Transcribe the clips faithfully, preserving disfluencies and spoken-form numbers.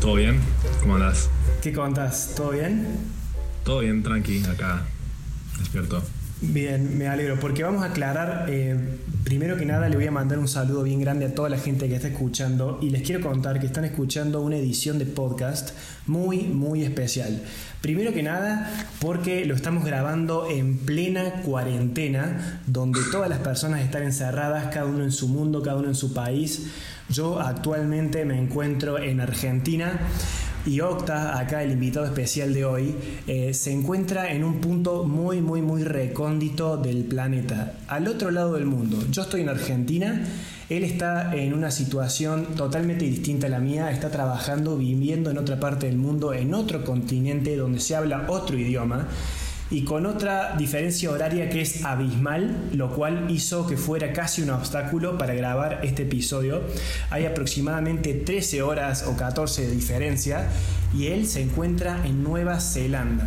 ¿Todo bien? ¿Cómo andás? ¿Qué contás? ¿Todo bien? Todo bien, tranqui, acá, despierto. Bien, me alegro, porque vamos a aclarar, eh, primero que nada le voy a mandar un saludo bien grande a toda la gente que está escuchando y les quiero contar que están escuchando una edición de podcast muy, muy especial. Primero que nada, porque lo estamos grabando en plena cuarentena, donde todas las personas están encerradas, cada uno en su mundo, cada uno en su país. Yo actualmente me encuentro en Argentina. Y Octa, acá el invitado especial de hoy, eh, se encuentra en un punto muy, muy, muy recóndito del planeta, al otro lado del mundo. Yo estoy en Argentina, él está en una situación totalmente distinta a la mía, está trabajando, viviendo en otra parte del mundo, en otro continente donde se habla otro idioma y con otra diferencia horaria que es abismal, lo cual hizo que fuera casi un obstáculo para grabar este episodio. Hay aproximadamente trece horas o catorce de diferencia y él se encuentra en Nueva Zelanda,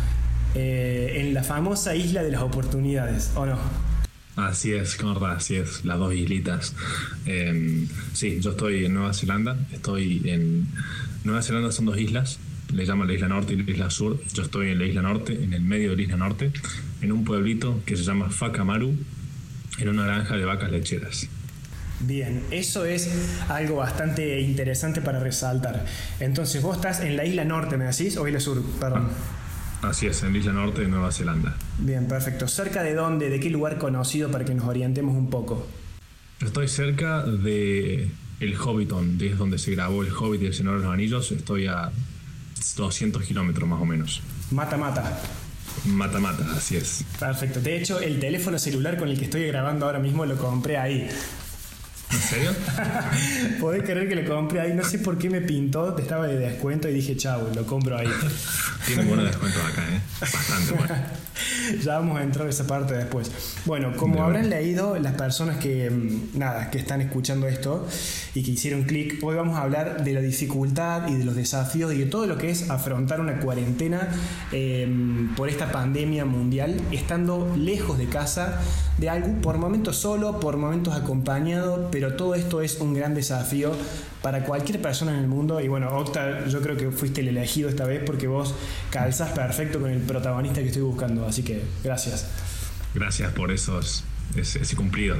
eh, en la famosa isla de las oportunidades, ¿o no? Así es, Conrad, así es, las dos islitas. Eh, sí, yo estoy en Nueva Zelanda, estoy en... Nueva Zelanda son dos islas, le llaman la isla norte y la isla sur. Yo estoy en la isla norte, en el medio de la isla norte, en un pueblito que se llama Whakamaru, en una granja de vacas lecheras. Bien, eso es algo bastante interesante para resaltar. Entonces, vos estás en la isla norte, ¿me decís? ¿O isla sur? Perdón. Ah, así es, en la isla norte de Nueva Zelanda. Bien, perfecto. ¿Cerca de dónde? ¿De qué lugar conocido para que nos orientemos un poco? Estoy cerca de el Hobbiton, de donde se grabó El Hobbit y El Señor de los Anillos. Estoy a doscientos kilómetros más o menos. Mata, mata. Mata, mata, así es. Perfecto. De hecho, el teléfono celular con el que estoy grabando ahora mismo lo compré ahí. ¿En serio? Podés creer que lo compré ahí. No sé por qué me pintó, estaba de descuento y dije, chau, lo compro ahí. Tiene buenos descuentos acá, ¿eh? Bastante bueno. Ya vamos a entrar a esa parte después. Bueno, como habrán leído las personas que, nada, que están escuchando esto y que hicieron clic, hoy vamos a hablar de la dificultad y de los desafíos y de todo lo que es afrontar una cuarentena eh, por esta pandemia mundial, estando lejos de casa, de algo, por momentos solo, por momentos acompañado, pero todo esto es un gran desafío para cualquier persona en el mundo. Y bueno, Octa, yo creo que fuiste el elegido esta vez porque vos calzás perfecto con el protagonista que estoy buscando, así que gracias. Gracias por esos, ese, ese cumplido.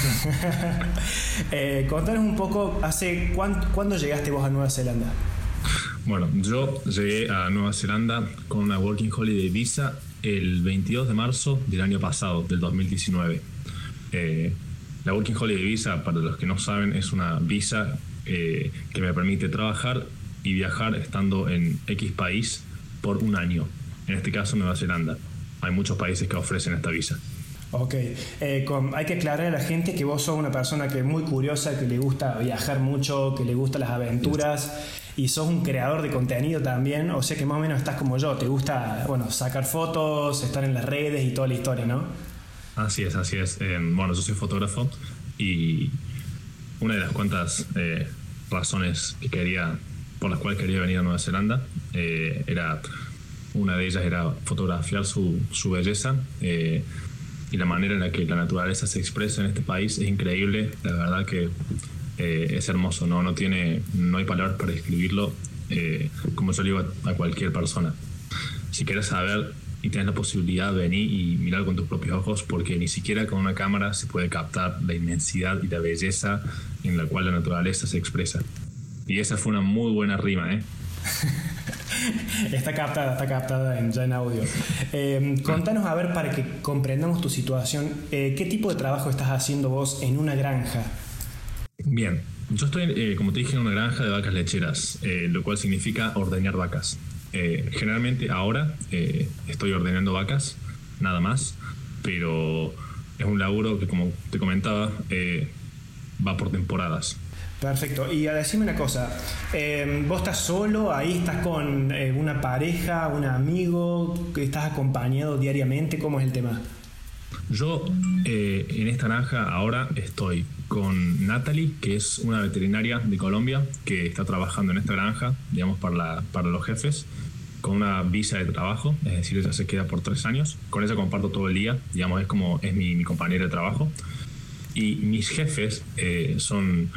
eh, contanos un poco, ¿hace cuánto, ¿cuándo llegaste vos a Nueva Zelanda? Bueno, yo llegué a Nueva Zelanda con una Working Holiday Visa el veintidós de marzo del año pasado, del dos mil diecinueve. Eh, la Working Holiday Visa, para los que no saben, es una visa eh, que me permite trabajar y viajar estando en X país por un año. En este caso, Nueva Zelanda. Hay muchos países que ofrecen esta visa. Ok, eh, con, hay que aclarar a la gente que vos sos una persona que es muy curiosa, que le gusta viajar mucho, que le gustan las aventuras y sos un creador de contenido también, o sea que más o menos estás como yo, te gusta, bueno, sacar fotos, estar en las redes y toda la historia, ¿no? Así es, así es. Eh, bueno, yo soy fotógrafo y una de las cuantas eh, razones que quería, por las cuales quería venir a Nueva Zelanda, eh, era, una de ellas era fotografiar su, su belleza. Eh, y la manera en la que la naturaleza se expresa en este país es increíble. La verdad que eh, es hermoso, ¿no? No tiene, no hay palabras para describirlo, eh, como yo le digo a, a cualquier persona. Si quieres saber y tienes la posibilidad de venir y mirar con tus propios ojos, porque ni siquiera con una cámara se puede captar la inmensidad y la belleza en la cual la naturaleza se expresa. Y esa fue una muy buena rima, ¿eh? Está captada, está captada en, ya en audio. Eh, contanos, a ver, para que comprendamos tu situación, eh, ¿qué tipo de trabajo estás haciendo vos en una granja? Bien, yo estoy, eh, como te dije, en una granja de vacas lecheras, eh, lo cual significa ordeñar vacas. Eh, generalmente ahora eh, estoy ordeñando vacas, nada más, pero es un laburo que, como te comentaba, eh, va por temporadas. Perfecto. Y a decirme una cosa, eh, ¿vos estás solo? ¿Ahí estás con eh, una pareja, un amigo? ¿Estás acompañado diariamente? ¿Cómo es el tema? Yo eh, en esta granja ahora estoy con Natalie, que es una veterinaria de Colombia que está trabajando en esta granja, digamos, para, la, para los jefes, con una visa de trabajo, es decir, ella se queda por tres años. Con ella comparto todo el día, digamos, es como es mi, mi compañera de trabajo. Y mis jefes eh, son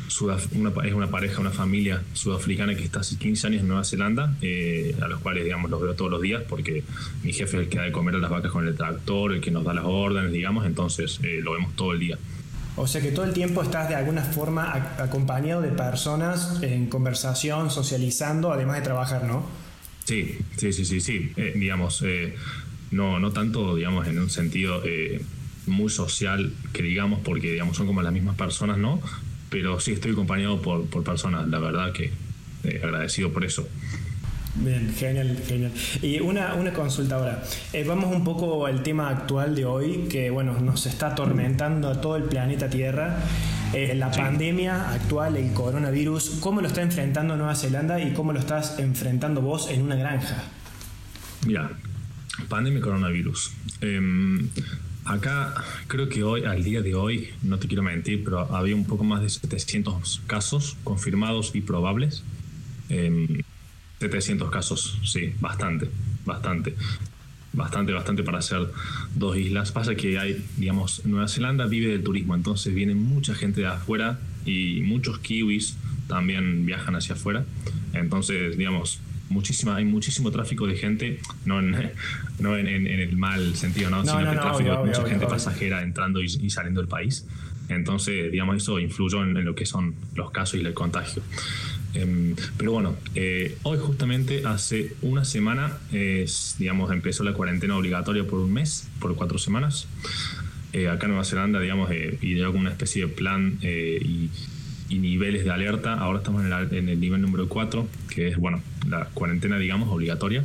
Sudaf- una, es una pareja, una familia sudafricana que está hace quince años en Nueva Zelanda, eh, a los cuales, digamos, los veo todos los días porque mi jefe es el que da de comer a las vacas con el tractor, el que nos da las órdenes, digamos, entonces eh, lo vemos todo el día. O sea que todo el tiempo estás de alguna forma a- acompañado de personas en conversación, socializando, además de trabajar, ¿no? Sí, sí, sí, sí, sí. Eh, digamos, eh, no, no tanto, digamos, en un sentido eh, muy social, que digamos, porque, digamos, son como las mismas personas, ¿no? Pero sí estoy acompañado por, por personas, la verdad que eh, agradecido por eso. Bien, genial, genial. Y una, una consulta ahora. Eh, vamos un poco al tema actual de hoy, que bueno, nos está atormentando a todo el planeta Tierra. Eh, la Sí. pandemia actual, el coronavirus, ¿cómo lo está enfrentando Nueva Zelanda y cómo lo estás enfrentando vos en una granja? Mira, pandemia coronavirus. Eh, acá creo que hoy, al día de hoy, no te quiero mentir, pero había un poco más de setecientos casos confirmados y probables. Eh, setecientos casos, sí, bastante, bastante. Bastante, bastante para hacer dos islas. Pasa que hay, digamos, Nueva Zelanda vive del turismo, entonces viene mucha gente de afuera y muchos kiwis también viajan hacia afuera. Entonces, digamos, muchísima, hay muchísimo tráfico de gente, no en, no en, en, en el mal sentido, ¿no? No, sino no, que no, tráfico obvio, de mucha obvio, gente obvio. pasajera entrando y, y saliendo del país. Entonces, digamos, eso influyó en, en lo que son los casos y el contagio. Eh, pero bueno, eh, hoy justamente hace una semana, eh, digamos, empezó la cuarentena obligatoria por un mes, por cuatro semanas. Eh, acá en Nueva Zelanda, digamos, eh, ideó como una especie de plan eh, y, y niveles de alerta. Ahora estamos en el, en el nivel número cuatro, que es, bueno, la cuarentena, digamos, obligatoria.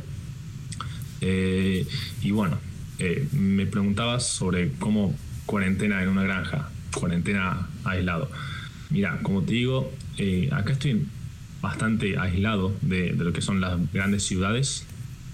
Eh, y bueno, eh, me preguntabas sobre cómo cuarentena en una granja, cuarentena aislado. Mira, como te digo, eh, acá estoy bastante aislado de, de lo que son las grandes ciudades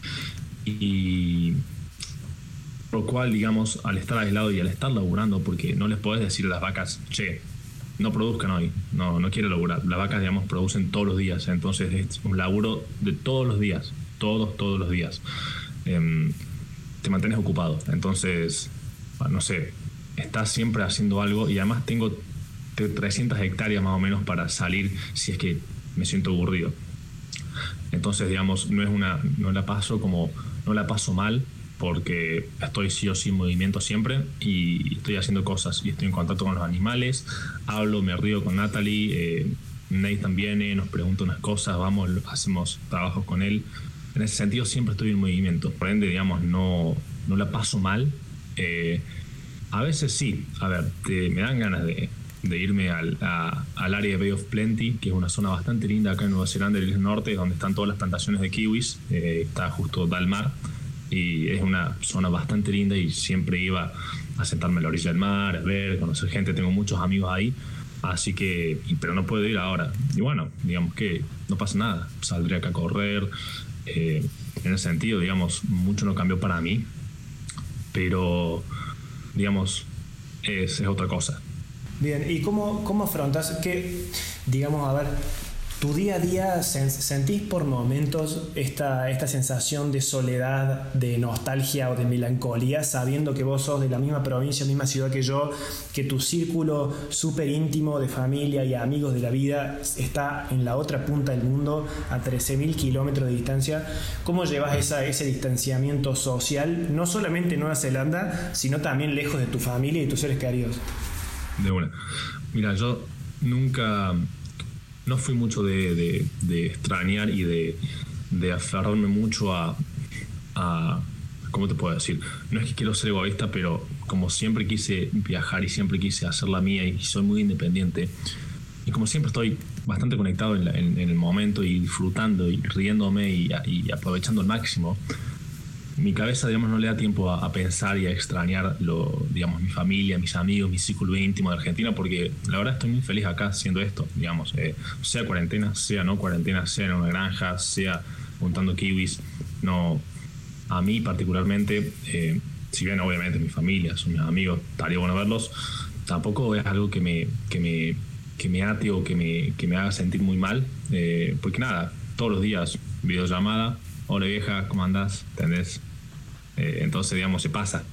y por lo cual, digamos, al estar aislado y al estar laburando, porque no les podés decir a las vacas, che, no produzcan hoy, no, no quiero laburar. Las vacas, digamos, producen todos los días, entonces es un laburo de todos los días, todos, todos los días. Eh, te mantienes ocupado, entonces, no sé, estás siempre haciendo algo y además tengo trescientas hectáreas más o menos para salir si es que me siento aburrido. Entonces, digamos, no es una, no la paso como, no la paso mal porque estoy sí o sí en movimiento siempre y estoy haciendo cosas y estoy en contacto con los animales, hablo, me río con Natalie, eh, Nathan viene, nos pregunta unas cosas, vamos, hacemos trabajos con él. En ese sentido siempre estoy en movimiento, por ende, digamos, no, no la paso mal. Eh, a veces sí, a ver, te, me dan ganas de de irme al, a, al área de Bay of Plenty, que es una zona bastante linda acá en Nueva Zelanda, del norte, donde están todas las plantaciones de kiwis, eh, está justo al mar, y es una zona bastante linda y siempre iba a sentarme a la orilla del mar, a ver, conocer gente, tengo muchos amigos ahí, así que, pero no puedo ir ahora. Y bueno, digamos que no pasa nada, saldré acá a correr, eh, en ese sentido, digamos, mucho no cambió para mí, pero, digamos, es, es otra cosa. Bien, ¿y cómo, cómo afrontas que, digamos, a ver, tu día a día sen- sentís por momentos esta, esta sensación de soledad, de nostalgia o de melancolía, sabiendo que vos sos de la misma provincia, misma ciudad que yo, que tu círculo súper íntimo de familia y amigos de la vida está en la otra punta del mundo, a trece mil kilómetros de distancia? ¿Cómo llevas esa, ese distanciamiento social, no solamente en Nueva Zelanda, sino también lejos de tu familia y tus seres queridos? De una. Mira, yo nunca, no fui mucho de, de, de extrañar y de, de aferrarme mucho a, a, ¿cómo te puedo decir? No es que quiero ser egoísta, pero como siempre quise viajar y siempre quise hacer la mía y soy muy independiente, y como siempre estoy bastante conectado en, la, en, en el momento y disfrutando y riéndome y, y aprovechando al máximo, mi cabeza, digamos, no le da tiempo a, a pensar y a extrañar lo, digamos, mi familia, mis amigos, mi círculo íntimo de Argentina, porque la verdad estoy muy feliz acá haciendo esto, digamos, eh, sea cuarentena, sea no cuarentena, sea en una granja, sea juntando kiwis. No, a mí particularmente, eh, si bien obviamente mi familia, son mis amigos, estaría bueno verlos, tampoco es algo que me, que me, que me ate o que me, que me haga sentir muy mal, eh, porque nada, todos los días videollamada, hola vieja, ¿cómo andás? ¿Entendés? Eh, entonces, digamos, se pasa.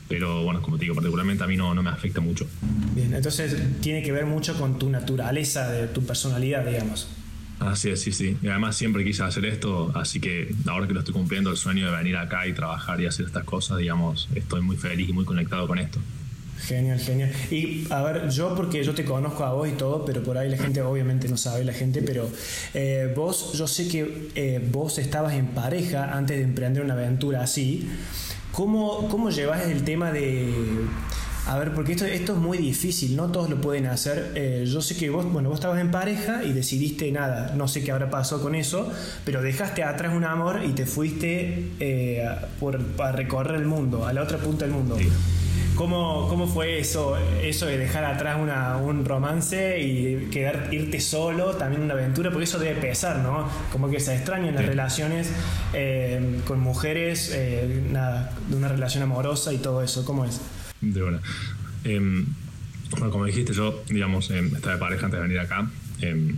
pero bueno, como te digo, particularmente a mí no, no me afecta mucho. Bien, entonces tiene que ver mucho con tu naturaleza, de tu personalidad, digamos. Así es, sí, sí. Y además siempre quise hacer esto, así que ahora que lo estoy cumpliendo, el sueño de venir acá y trabajar y hacer estas cosas, digamos, estoy muy feliz y muy conectado con esto. Genial, genial. Y a ver, yo porque yo te conozco a vos y todo, pero por ahí la gente obviamente no sabe la gente, pero eh, vos, yo sé que eh, vos estabas en pareja antes de emprender una aventura así. ¿Cómo, cómo llevas el tema de... A ver, porque esto, esto es muy difícil, no todos lo pueden hacer. Eh, yo sé que vos, bueno, vos estabas en pareja y decidiste nada, no sé qué habrá pasado con eso, pero dejaste atrás un amor y te fuiste eh, por, a recorrer el mundo, a la otra punta del mundo. Sí. ¿Cómo, ¿Cómo fue eso, eso de dejar atrás una, un romance y quedar, irte solo, también una aventura? Porque eso debe pesar, ¿no? Como que se extrañan las sí. relaciones eh, con mujeres, eh, nada, de una relación amorosa y todo eso. ¿Cómo es? De una. Eh, bueno, como dijiste, yo, digamos, eh, estaba de pareja antes de venir acá. Eh,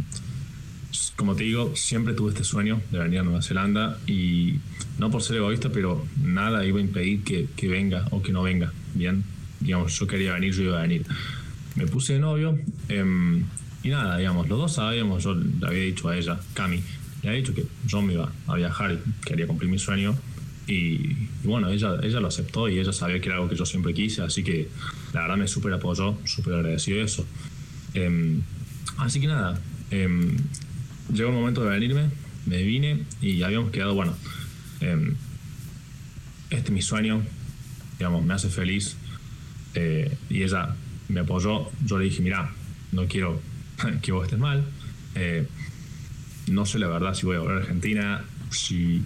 como te digo, siempre tuve este sueño de venir a Nueva Zelanda y no por ser egoísta, pero nada iba a impedir que, que venga o que no venga. Bien, digamos, yo quería venir, yo iba a venir. Me puse de novio eh, y nada, digamos, los dos sabíamos, yo le había dicho a ella, Cami, le había dicho que yo me iba a viajar y quería cumplir mi sueño. Y, y bueno, ella, ella lo aceptó y ella sabía que era algo que yo siempre quise, así que la verdad me súper apoyó, súper agradecido de eso. Eh, así que nada, eh, llegó el momento de venirme, me vine y habíamos quedado, bueno, eh, este es mi sueño, digamos, me hace feliz. Eh, y ella me apoyó, yo le dije, mira, no quiero que vos estés mal, eh, no sé la verdad si voy a volver a Argentina, si...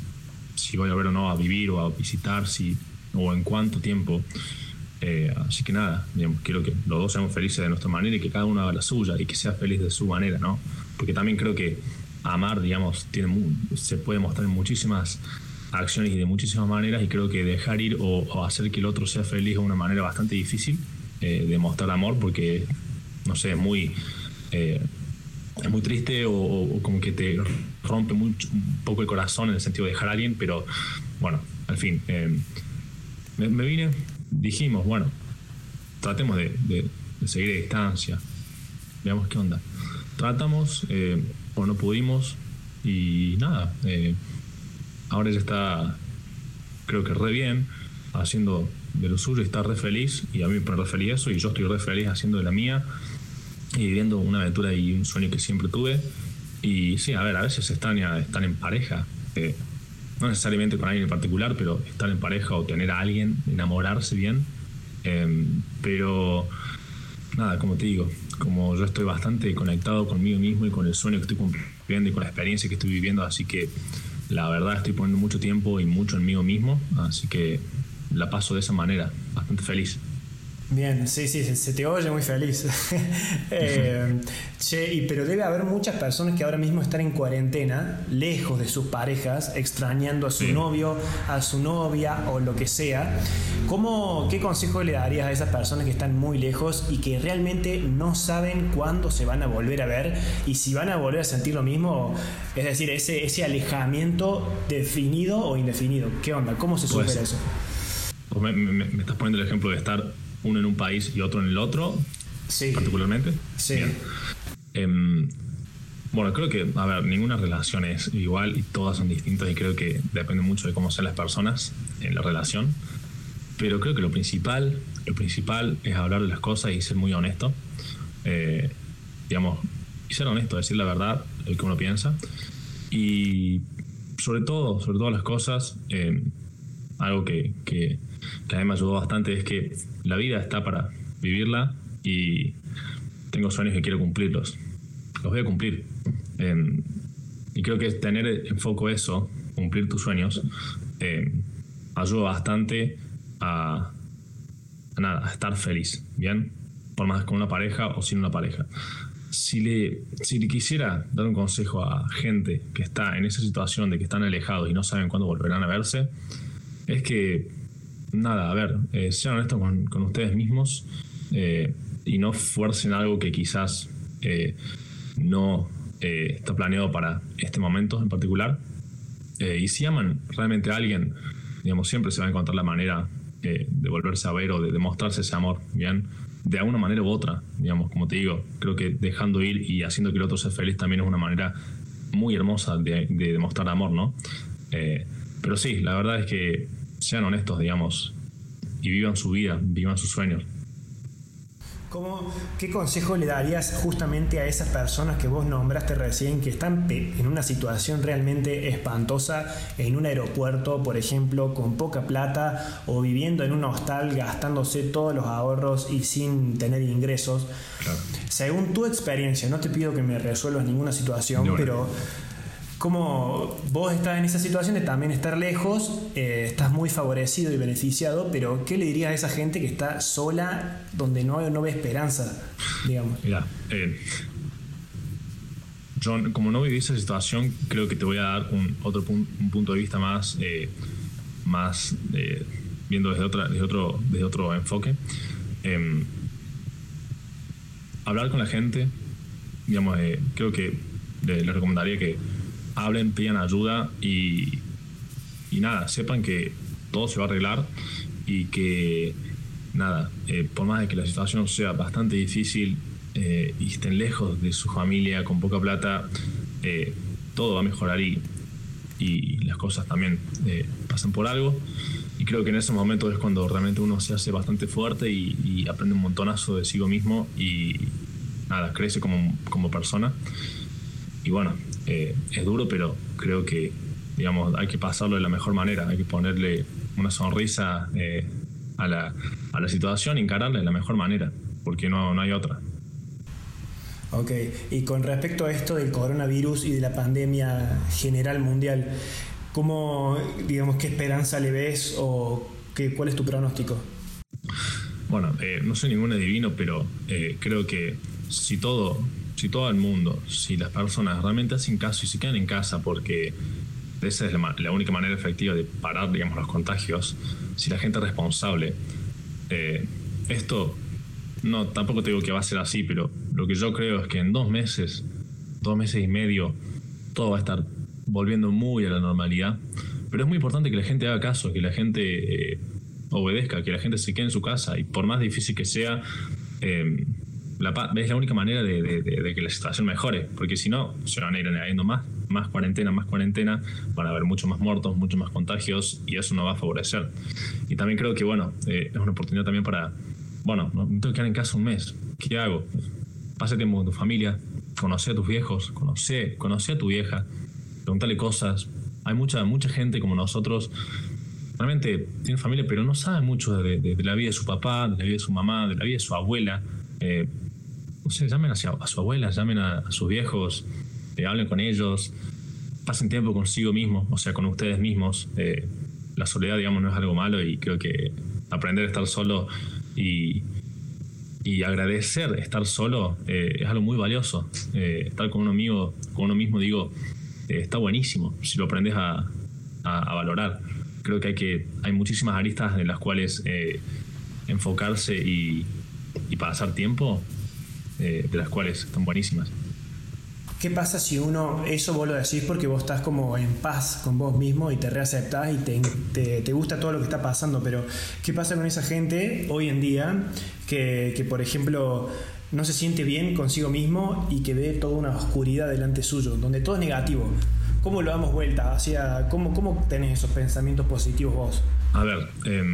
si voy a ver o no a vivir o a visitar, si, o en cuánto tiempo. Eh, así que nada, digamos, quiero que los dos seamos felices de nuestra manera y que cada uno haga la suya y que sea feliz de su manera, ¿no? Porque también creo que amar, digamos, tiene muy, se puede mostrar en muchísimas acciones y de muchísimas maneras, y creo que dejar ir o, o hacer que el otro sea feliz es una manera bastante difícil eh, de mostrar amor, porque, no sé, es muy... Eh, es muy triste o, o como que te rompe mucho, un poco el corazón en el sentido de dejar a alguien, pero bueno, al fin, eh, me, me vine, dijimos, bueno, tratemos de, de, de seguir a distancia, veamos qué onda. Tratamos, eh, o no pudimos, y nada, eh, ahora ella está, creo que re bien, haciendo de lo suyo, está re feliz, y a mí me pone re feliz eso, y yo estoy re feliz haciendo de la mía, y viviendo una aventura y un sueño que siempre tuve. Y sí, a ver, a veces se extraña estar en pareja, eh, no necesariamente con alguien en particular, pero estar en pareja o tener a alguien, enamorarse bien. Eh, pero nada, como te digo, como yo estoy bastante conectado conmigo mismo y con el sueño que estoy cumpliendo y con la experiencia que estoy viviendo, así que la verdad estoy poniendo mucho tiempo y mucho en mí mismo, así que la paso de esa manera, bastante feliz. Bien, sí, sí, se, se te oye muy feliz. eh, che, y, pero debe haber muchas personas que ahora mismo están en cuarentena, lejos de sus parejas, extrañando a su sí. novio, a su novia o lo que sea. ¿Cómo, qué consejo le darías a esas personas que están muy lejos y que realmente no saben cuándo se van a volver a ver y si van a volver a sentir lo mismo? Es decir, ese, ese alejamiento definido o indefinido. ¿Qué onda? ¿Cómo se supera pues, eso? Pues me, me, me estás poniendo el ejemplo de estar uno en un país y otro en el otro, sí. particularmente. Sí. Bien. Eh, bueno, creo que, a ver, ninguna relación es igual y todas son distintas y creo que depende mucho de cómo sean las personas en la relación. Pero creo que lo principal, lo principal es hablar de las cosas y ser muy honesto. Eh, digamos, y ser honesto, decir la verdad, lo que uno piensa. Y sobre todo, sobre todas las cosas, eh, algo que, que, que a mí me ayudó bastante es que la vida está para vivirla y tengo sueños que quiero cumplirlos. Los voy a cumplir. Eh, y creo que tener en foco eso, cumplir tus sueños, eh, ayuda bastante a, a, nada, a estar feliz, ¿bien? Por más con una pareja o sin una pareja. Si le, si le quisiera dar un consejo a gente que está en esa situación de que están alejados y no saben cuándo volverán a verse, es que, nada, a ver, eh, sean honestos con, con ustedes mismos eh, y no fuercen algo que quizás eh, no eh, está planeado para este momento en particular. Eh, y si aman realmente a alguien, digamos, siempre se va a encontrar la manera eh, de volverse a ver o de demostrarse ese amor, ¿bien? De alguna manera u otra, digamos, como te digo, creo que dejando ir y haciendo que el otro sea feliz también es una manera muy hermosa de, de demostrar amor, ¿no? Eh, pero sí, la verdad es que sean honestos, digamos, y vivan su vida, vivan sus sueños. ¿Cómo, ¿Qué consejo le darías justamente a esas personas que vos nombraste recién, que están en una situación realmente espantosa, en un aeropuerto, por ejemplo, con poca plata, o viviendo en un hostal gastándose todos los ahorros y sin tener ingresos? Claro. Según tu experiencia, no te pido que me resuelvas ninguna situación, no, pero como vos estás en esa situación de también estar lejos, eh, estás muy favorecido y beneficiado, pero ¿qué le dirías a esa gente que está sola, donde no, no ve esperanza, digamos? Mira, eh, yo como no viví esa situación, creo que te voy a dar un, otro pun- un punto de vista más, eh, más eh, viendo desde, otra, desde, otro, desde otro enfoque. Eh, hablar con la gente, digamos, eh, creo que les le recomendaría que hablen, pidan ayuda y, y nada, sepan que todo se va a arreglar y que nada, eh, por más de que la situación sea bastante difícil eh, y estén lejos de su familia, con poca plata, eh, todo va a mejorar y, y las cosas también eh, pasan por algo. Y creo que en ese momento es cuando realmente uno se hace bastante fuerte y, y aprende un montonazo de sí mismo y nada, crece como, como persona. Y bueno, eh, es duro, pero creo que, digamos, hay que pasarlo de la mejor manera, hay que ponerle una sonrisa eh, a, la, a la situación y encararla de la mejor manera, porque no, no hay otra. Ok, y con respecto a esto del coronavirus y de la pandemia general mundial, ¿cómo, digamos, qué esperanza le ves o qué, cuál es tu pronóstico? Bueno, eh, no soy ningún adivino, pero eh, creo que si todo... Si todo el mundo, si las personas realmente hacen caso y se quedan en casa, porque esa es la, la única manera efectiva de parar, digamos, los contagios, si la gente es responsable, eh, esto, no, tampoco te digo que va a ser así, pero lo que yo creo es que en dos meses, dos meses y medio, todo va a estar volviendo muy a la normalidad. Pero es muy importante que la gente haga caso, que la gente eh, obedezca, que la gente se quede en su casa, y por más difícil que sea, eh, La, es la única manera de, de, de, de que la situación mejore, porque si no, se van a ir añadiendo más, más cuarentena, más cuarentena, van a haber muchos más muertos, muchos más contagios, y eso no va a favorecer. Y también creo que, bueno, eh, es una oportunidad también para, bueno, no me tengo que quedar en casa un mes, ¿qué hago? Pasa tiempo con tu familia, conoce a tus viejos, conoce, conoce a tu vieja, preguntale cosas. Hay mucha, mucha gente como nosotros, realmente tiene familia, pero no sabe mucho de, de, de la vida de su papá, de la vida de su mamá, de la vida de su abuela. Eh, no sé, llamen a su, a su abuela, llamen a, a sus viejos, eh, hablen con ellos, pasen tiempo consigo mismos, o sea, con ustedes mismos. Eh, la soledad, digamos, no es algo malo, y creo que aprender a estar solo y, y agradecer estar solo eh, es algo muy valioso. Eh, estar con uno mismo, con uno mismo digo, eh, está buenísimo si lo aprendes a, a, a valorar. Creo que hay, que hay muchísimas aristas en las cuales eh, enfocarse y, y pasar tiempo, eh, de las cuales están buenísimas. ¿Qué pasa si uno, eso vos lo decís porque vos estás como en paz con vos mismo y te reaceptás y te, te, te gusta todo lo que está pasando, pero ¿qué pasa con esa gente hoy en día que, que, por ejemplo, no se siente bien consigo mismo y que ve toda una oscuridad delante suyo, donde todo es negativo? ¿Cómo lo damos vuelta? Hacia, ¿cómo, ¿Cómo tenés esos pensamientos positivos vos? A ver, eh,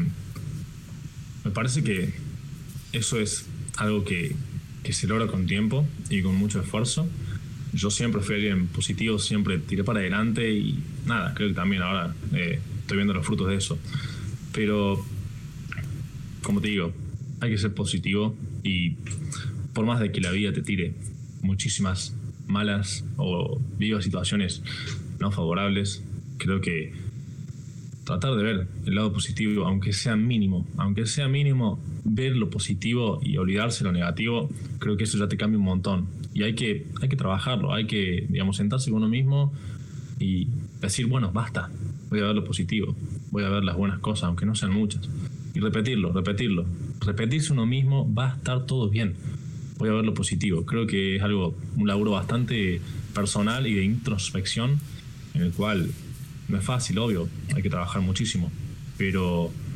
me parece que eso es algo que, que se logra con tiempo y con mucho esfuerzo. Yo siempre fui alguien positivo, siempre tiré para adelante y nada, creo que también ahora eh, estoy viendo los frutos de eso. Pero, como te digo, hay que ser positivo, y por más de que la vida te tire muchísimas malas o vivas situaciones no favorables, creo que tratar de ver el lado positivo, aunque sea mínimo, aunque sea mínimo, ver lo positivo y olvidarse lo negativo, creo que eso ya te cambia un montón. Y hay que, hay que trabajarlo, hay que, digamos, sentarse con uno mismo y decir, bueno, basta, voy a ver lo positivo, voy a ver las buenas cosas, aunque no sean muchas. Y repetirlo, repetirlo. Repetirse uno mismo, va a estar todo bien. Voy a ver lo positivo. Creo que es algo, un laburo bastante personal y de introspección, en el cual no es fácil, obvio, hay que trabajar muchísimo, pero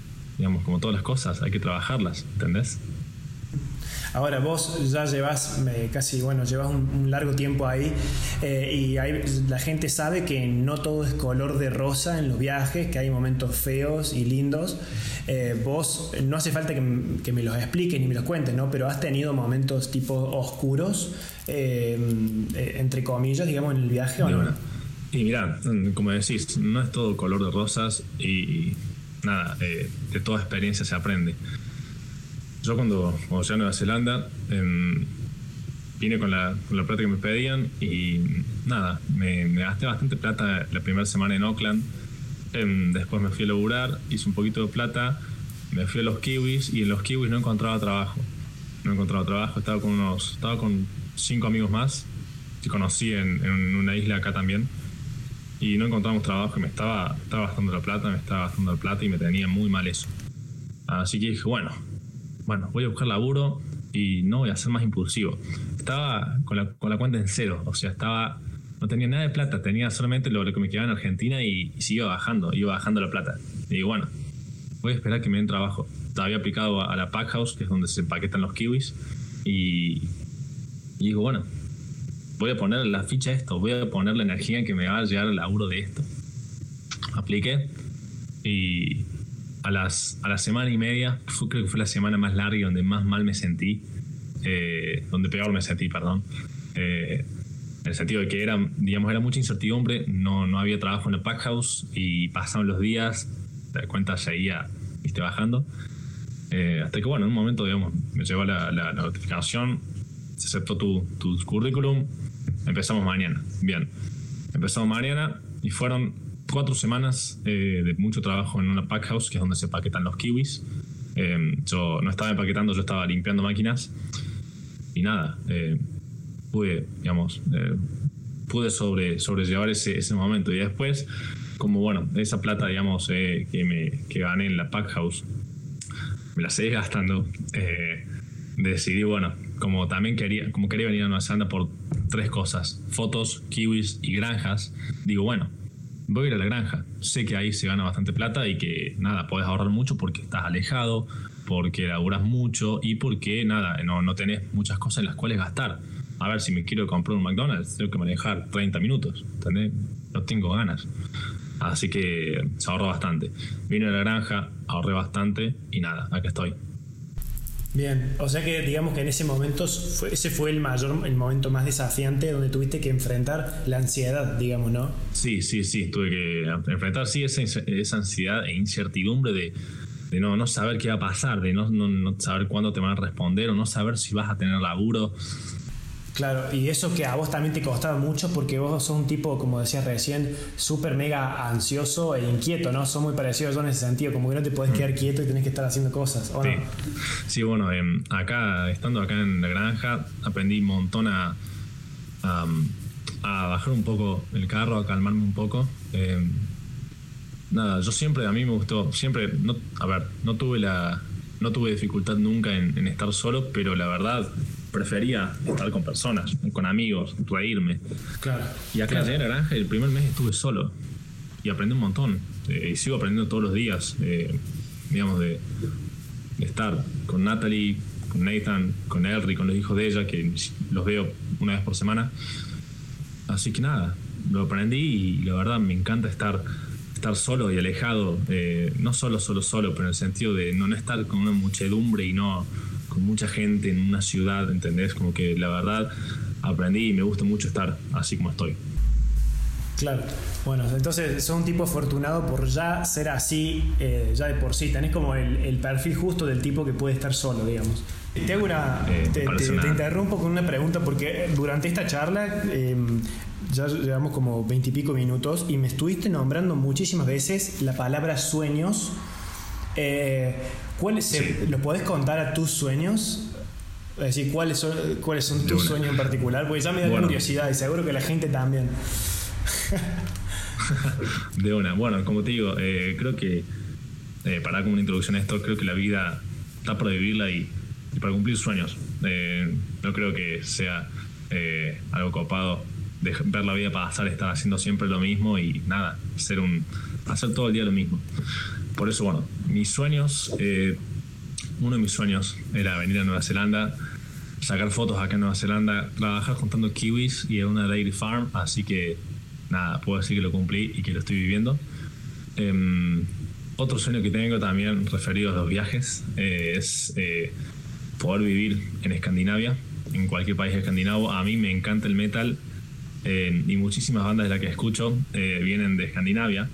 digamos, como todas las cosas, hay que trabajarlas, ¿entendés? Ahora vos ya llevas eh, casi, bueno, llevas un, un largo tiempo ahí eh, y hay, la gente sabe que no todo es color de rosa en los viajes, que hay momentos feos y lindos. Eh, vos, no hace falta que, que me los expliques ni me los cuentes, ¿no? Pero has tenido momentos tipo oscuros, eh, entre comillas, digamos, en el viaje, ¿o no? Bueno, y mirá, como decís, no es todo color de rosas y nada, eh, de toda experiencia se aprende. Yo cuando, cuando llegué a Nueva Zelanda eh, vine con la, con la plata que me pedían y nada, me, me gasté bastante plata la primera semana en Auckland. Eh, después me fui a laburar, hice un poquito de plata, me fui a los Kiwis y en los Kiwis no encontraba trabajo. No encontraba trabajo, estaba con unos, estaba con cinco amigos más que conocí en, en una isla acá también y no encontramos trabajo y me estaba, estaba gastando la plata, me estaba gastando la plata y me tenía muy mal eso. Así que dije, bueno, bueno, voy a buscar laburo y no voy a ser más impulsivo. Estaba con la, con la cuenta en cero, o sea, estaba, no tenía nada de plata, tenía solamente lo, lo que me quedaba en Argentina y, y se iba bajando, iba bajando la plata. Y digo, bueno, voy a esperar que me den trabajo. Había aplicado a, a la Pack House, que es donde se empaquetan los kiwis, y, y digo, bueno, voy a poner la ficha a esto, voy a poner la energía en que me va a llegar el laburo de esto. Apliqué y a las a la semana y media, fue, creo que fue la semana más larga y donde más mal me sentí, eh, donde peor me sentí, perdón, eh, en el sentido de que era, digamos, era mucha incertidumbre, no, no había trabajo en la Pack House y pasaban los días, te das cuenta, seguía, viste, bajando, eh, hasta que bueno, en un momento, digamos, me llegó la, la, la notificación, se aceptó tu, tu currículum, empezamos mañana. Bien, empezamos mañana y fueron cuatro semanas eh, de mucho trabajo en una pack house, que es donde se empaquetan los kiwis. Eh, yo no estaba empaquetando, yo estaba limpiando máquinas y nada, eh, pude, digamos, eh, pude sobre, sobrellevar ese, ese momento. Y después, como bueno, esa plata, digamos, eh, que, me, que gané en la pack house, me la seguí gastando, eh, decidí, bueno, como también quería, como quería venir a Nueva Zelanda por tres cosas: fotos, kiwis y granjas. Digo, bueno, voy a ir a la granja. Sé que ahí se gana bastante plata y que nada, podés ahorrar mucho porque estás alejado, porque laburas mucho y porque nada, no, no tenés muchas cosas en las cuales gastar. A ver, si me quiero comprar un McDonald's, tengo que manejar treinta minutos, ¿entendés? No tengo ganas. Así que se ahorró bastante. Vine a la granja, ahorré bastante y nada, acá estoy. Bien, o sea que digamos que en ese momento fue, ese fue el mayor, el momento más desafiante donde tuviste que enfrentar la ansiedad, digamos, ¿no? Sí, sí, sí, tuve que enfrentar sí esa, esa ansiedad e incertidumbre de, de no, no saber qué va a pasar, de no, no, no saber cuándo te van a responder o no saber si vas a tener laburo. Claro, y eso que a vos también te costaba mucho porque vos sos un tipo, como decías recién, súper mega ansioso e inquieto, ¿no? Sos muy parecido yo en ese sentido, como que no te podés quedar quieto y tenés que estar haciendo cosas, ¿o sí. no? Sí, bueno, eh, acá, estando acá en la granja, aprendí un montón a, a, a bajar un poco el carro, a calmarme un poco. Eh, nada, yo siempre, a mí me gustó, siempre, no, a ver, no tuve la, no tuve dificultad nunca en, en estar solo, pero la verdad prefería estar con personas, con amigos, reírme. Claro. Y acá claro. llegué a la granja y el primer mes estuve solo y aprendí un montón. Eh, y sigo aprendiendo todos los días, eh, digamos, de, de estar con Natalie, con Nathan, con Elry, con los hijos de ella, que los veo una vez por semana. Así que nada, lo aprendí y la verdad me encanta estar, estar solo y alejado, eh, no solo, solo, solo, pero en el sentido de no, no estar con una muchedumbre y no con mucha gente en una ciudad, ¿entendés? Como que la verdad aprendí y me gusta mucho estar así como estoy. Claro, bueno, entonces sos un tipo afortunado por ya ser así, eh, ya de por sí, tenés como el, el perfil justo del tipo que puede estar solo, digamos. Te hago una, Eh, te, te, te interrumpo con una pregunta porque durante esta charla eh, ya llevamos como veintipico minutos y me estuviste nombrando muchísimas veces la palabra sueños. Eh, ¿cuáles sí. ¿Los podés contar a tus sueños? Es decir, ¿cuáles son, cuáles son tus sueños en particular? Porque ya me da bueno. curiosidad y seguro que la gente también. De una. Bueno, como te digo, eh, creo que eh, para dar como una introducción a esto, creo que la vida está para vivirla y, y para cumplir sueños. Eh, no creo que sea eh, algo copado de ver la vida pasar, estar haciendo siempre lo mismo y nada, hacer, un, hacer todo el día lo mismo. por eso, bueno, mis sueños, eh, uno de mis sueños era venir a Nueva Zelanda, sacar fotos acá en Nueva Zelanda, trabajar juntando kiwis y en una dairy farm, así que nada, puedo decir que lo cumplí y que lo estoy viviendo. Eh, otro sueño que tengo también referido a los viajes eh, es eh, poder vivir en Escandinavia, en cualquier país escandinavo. A mí me encanta el metal eh, y muchísimas bandas de las que escucho eh, vienen de Escandinavia,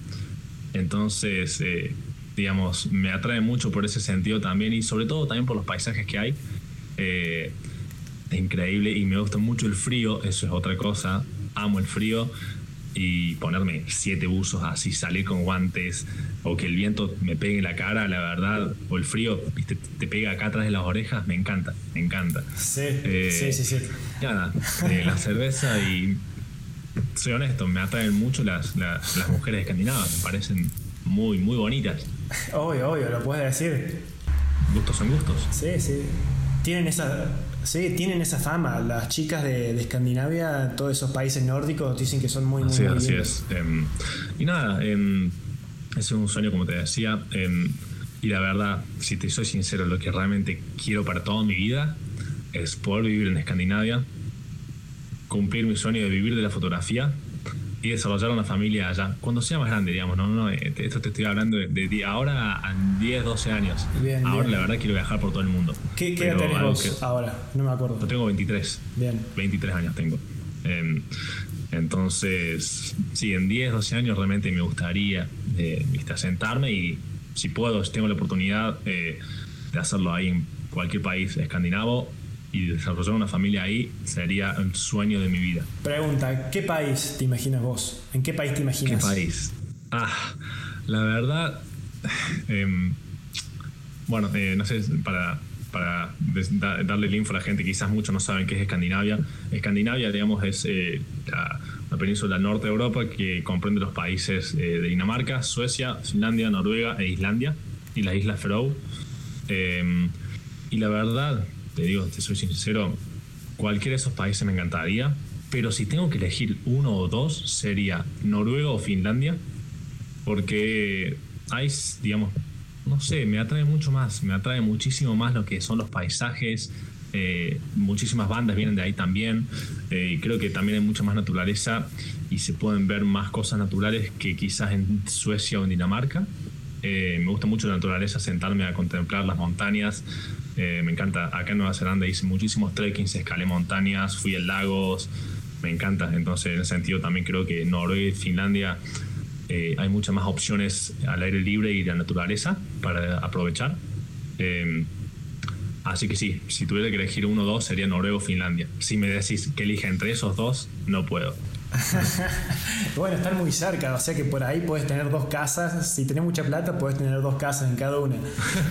entonces eh, digamos, me atrae mucho por ese sentido también, y sobre todo también por los paisajes que hay. Eh, es increíble y me gusta mucho el frío, eso es otra cosa, amo el frío, y ponerme siete buzos así, salir con guantes, o que el viento me pegue en la cara, la verdad, o el frío, viste, te pega acá atrás de las orejas, me encanta, me encanta. Sí, eh, sí, sí, sí. Nada, eh, la cerveza, y soy honesto, me atraen mucho las, las, las mujeres escandinavas, me parecen muy, muy bonitas. Obvio, obvio, lo puedes decir. Gustos son gustos. Sí, sí. Tienen esa, sí, tienen esa fama. Las chicas de, de Escandinavia, todos esos países nórdicos, dicen que son muy, muy, así, muy así lindos. es. Eh, y nada, eh, ese es un sueño, como te decía. Eh, y la verdad, si te soy sincero, lo que realmente quiero para toda mi vida es poder vivir en Escandinavia, cumplir mi sueño de vivir de la fotografía y desarrollar una familia allá cuando sea más grande, digamos. No, no, no, esto te estoy hablando de, de ahora a diez, doce años. Bien, ahora bien. La verdad quiero viajar por todo el mundo. ¿Qué, qué edad Pero tenés algo vos que- ahora? No me acuerdo. Yo tengo veintitrés. Bien. veintitrés años tengo. Eh, entonces, sí, en diez, doce años realmente me gustaría eh, viste, sentarme, y si puedo, si tengo la oportunidad eh, de hacerlo ahí en cualquier país escandinavo y desarrollar una familia ahí, sería el sueño de mi vida. Pregunta, ¿qué país te imaginas vos? ¿En qué país te ¿Qué imaginas? país? Ah, la verdad, eh, bueno, eh, no sé, para, para des- da- darle el info a la gente, quizás muchos no saben qué es Escandinavia. Escandinavia, digamos, es eh, la, la península del norte de Europa, que comprende los países eh, de Dinamarca, Suecia, Finlandia, Noruega e Islandia, y las Islas Faroe. Eh, y la verdad, te digo, te soy sincero, cualquiera de esos países me encantaría, pero si tengo que elegir uno o dos, sería Noruega o Finlandia, porque hay, digamos, no sé, me atrae mucho más, me atrae muchísimo más lo que son los paisajes. Eh, muchísimas bandas vienen de ahí también, eh, y creo que también hay mucha más naturaleza y se pueden ver más cosas naturales que quizás en Suecia o en Dinamarca. Eh, me gusta mucho la naturaleza, sentarme a contemplar las montañas. Eh, me encanta. Acá en Nueva Zelanda hice muchísimos trekkings, escalé montañas, fui a lagos, me encanta. Entonces, en ese sentido, también creo que Noruega y Finlandia eh, hay muchas más opciones al aire libre y la naturaleza para aprovechar. Eh, así que sí, si tuviera que elegir uno o dos, sería Noruega o Finlandia. Si me decís que elija entre esos dos, no puedo. Bueno, están muy cerca, o sea que por ahí puedes tener dos casas. Si tenés mucha plata, puedes tener dos casas en cada una.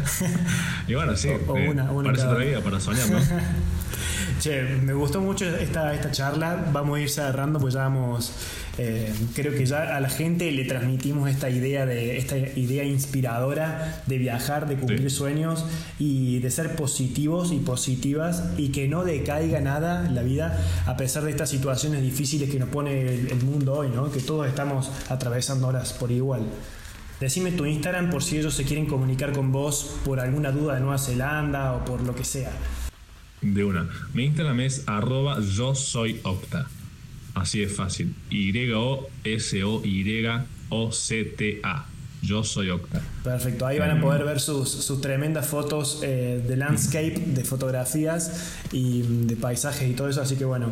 Y bueno, sí, O- o eh, una- una para eso cada otra vida, para soñar, ¿no? Che, me gustó mucho esta, esta charla. Vamos a ir cerrando, pues ya vamos. Eh, creo que ya a la gente le transmitimos esta idea de esta idea inspiradora de viajar, de cumplir Sí. sueños y de ser positivos y positivas, y que no decaiga nada en la vida a pesar de estas situaciones difíciles que nos pone el, el mundo hoy, ¿no? Que todos estamos atravesando horas por igual. Decime tu Instagram por si ellos se quieren comunicar con vos por alguna duda de Nueva Zelanda o por lo que sea. De una. Mi Instagram es arroba yo soy Octa. Así es fácil. Y O S O Y O C T A. Yo soy Octa. Perfecto, ahí van a poder ver sus, sus tremendas fotos eh, de landscape, de fotografías y de paisajes y todo eso, así que bueno.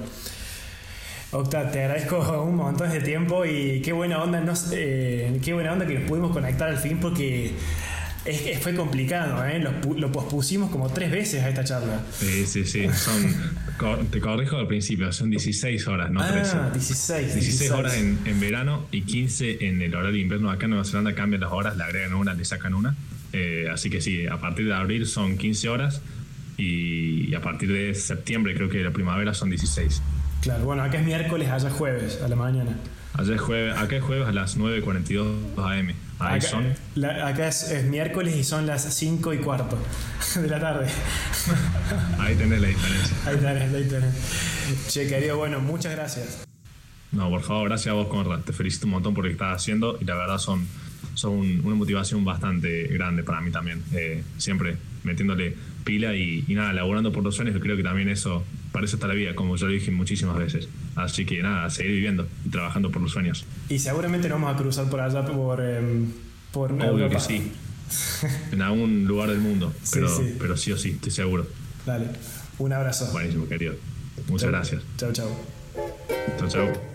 Octa, te agradezco un montón de tiempo y qué buena onda, no sé, eh, qué buena onda que nos pudimos conectar al fin, porque es, es- fue complicado, ¿eh? Lo, pu- lo pospusimos como tres veces a esta charla. Sí, sí, sí. Son, co- te corrijo al principio, son dieciséis horas, no trece. Ah, dieciséis. dieciséis horas en, en verano y quince en el horario de invierno. Acá en Nueva Zelanda cambian las horas, le agregan una, le sacan una. Eh, así que sí, a partir de abril son quince horas y a partir de septiembre, creo que la primavera, son dieciséis. Claro, bueno, acá es miércoles, allá es jueves, a la mañana. Allá es jueves, acá es jueves a las nueve cuarenta y dos a eme. Ahí Acá, son. la- acá es, es miércoles y son las cinco y cuarto de la tarde. Ahí tenés la diferencia. Ahí tenés, ahí tenés. Che, querido, bueno, muchas gracias. No, por favor, gracias a vos, Conrad. Te felicito un montón por lo que estás haciendo y la verdad son son un, una motivación bastante grande para mí también. Eh, siempre metiéndole pila y, y nada, laburando por los sueños, que creo que también eso, para eso está la vida, como yo lo dije muchísimas veces. Así que nada, seguir viviendo y trabajando por los sueños. Y seguramente nos vamos a cruzar por allá, por, eh, por Obvio Europa. que sí. En algún lugar del mundo, Sí, pero, sí. pero sí o sí, estoy seguro. Dale, un abrazo. Buenísimo, querido. Muchas Chau. gracias. Chao, chao. Chao, chao.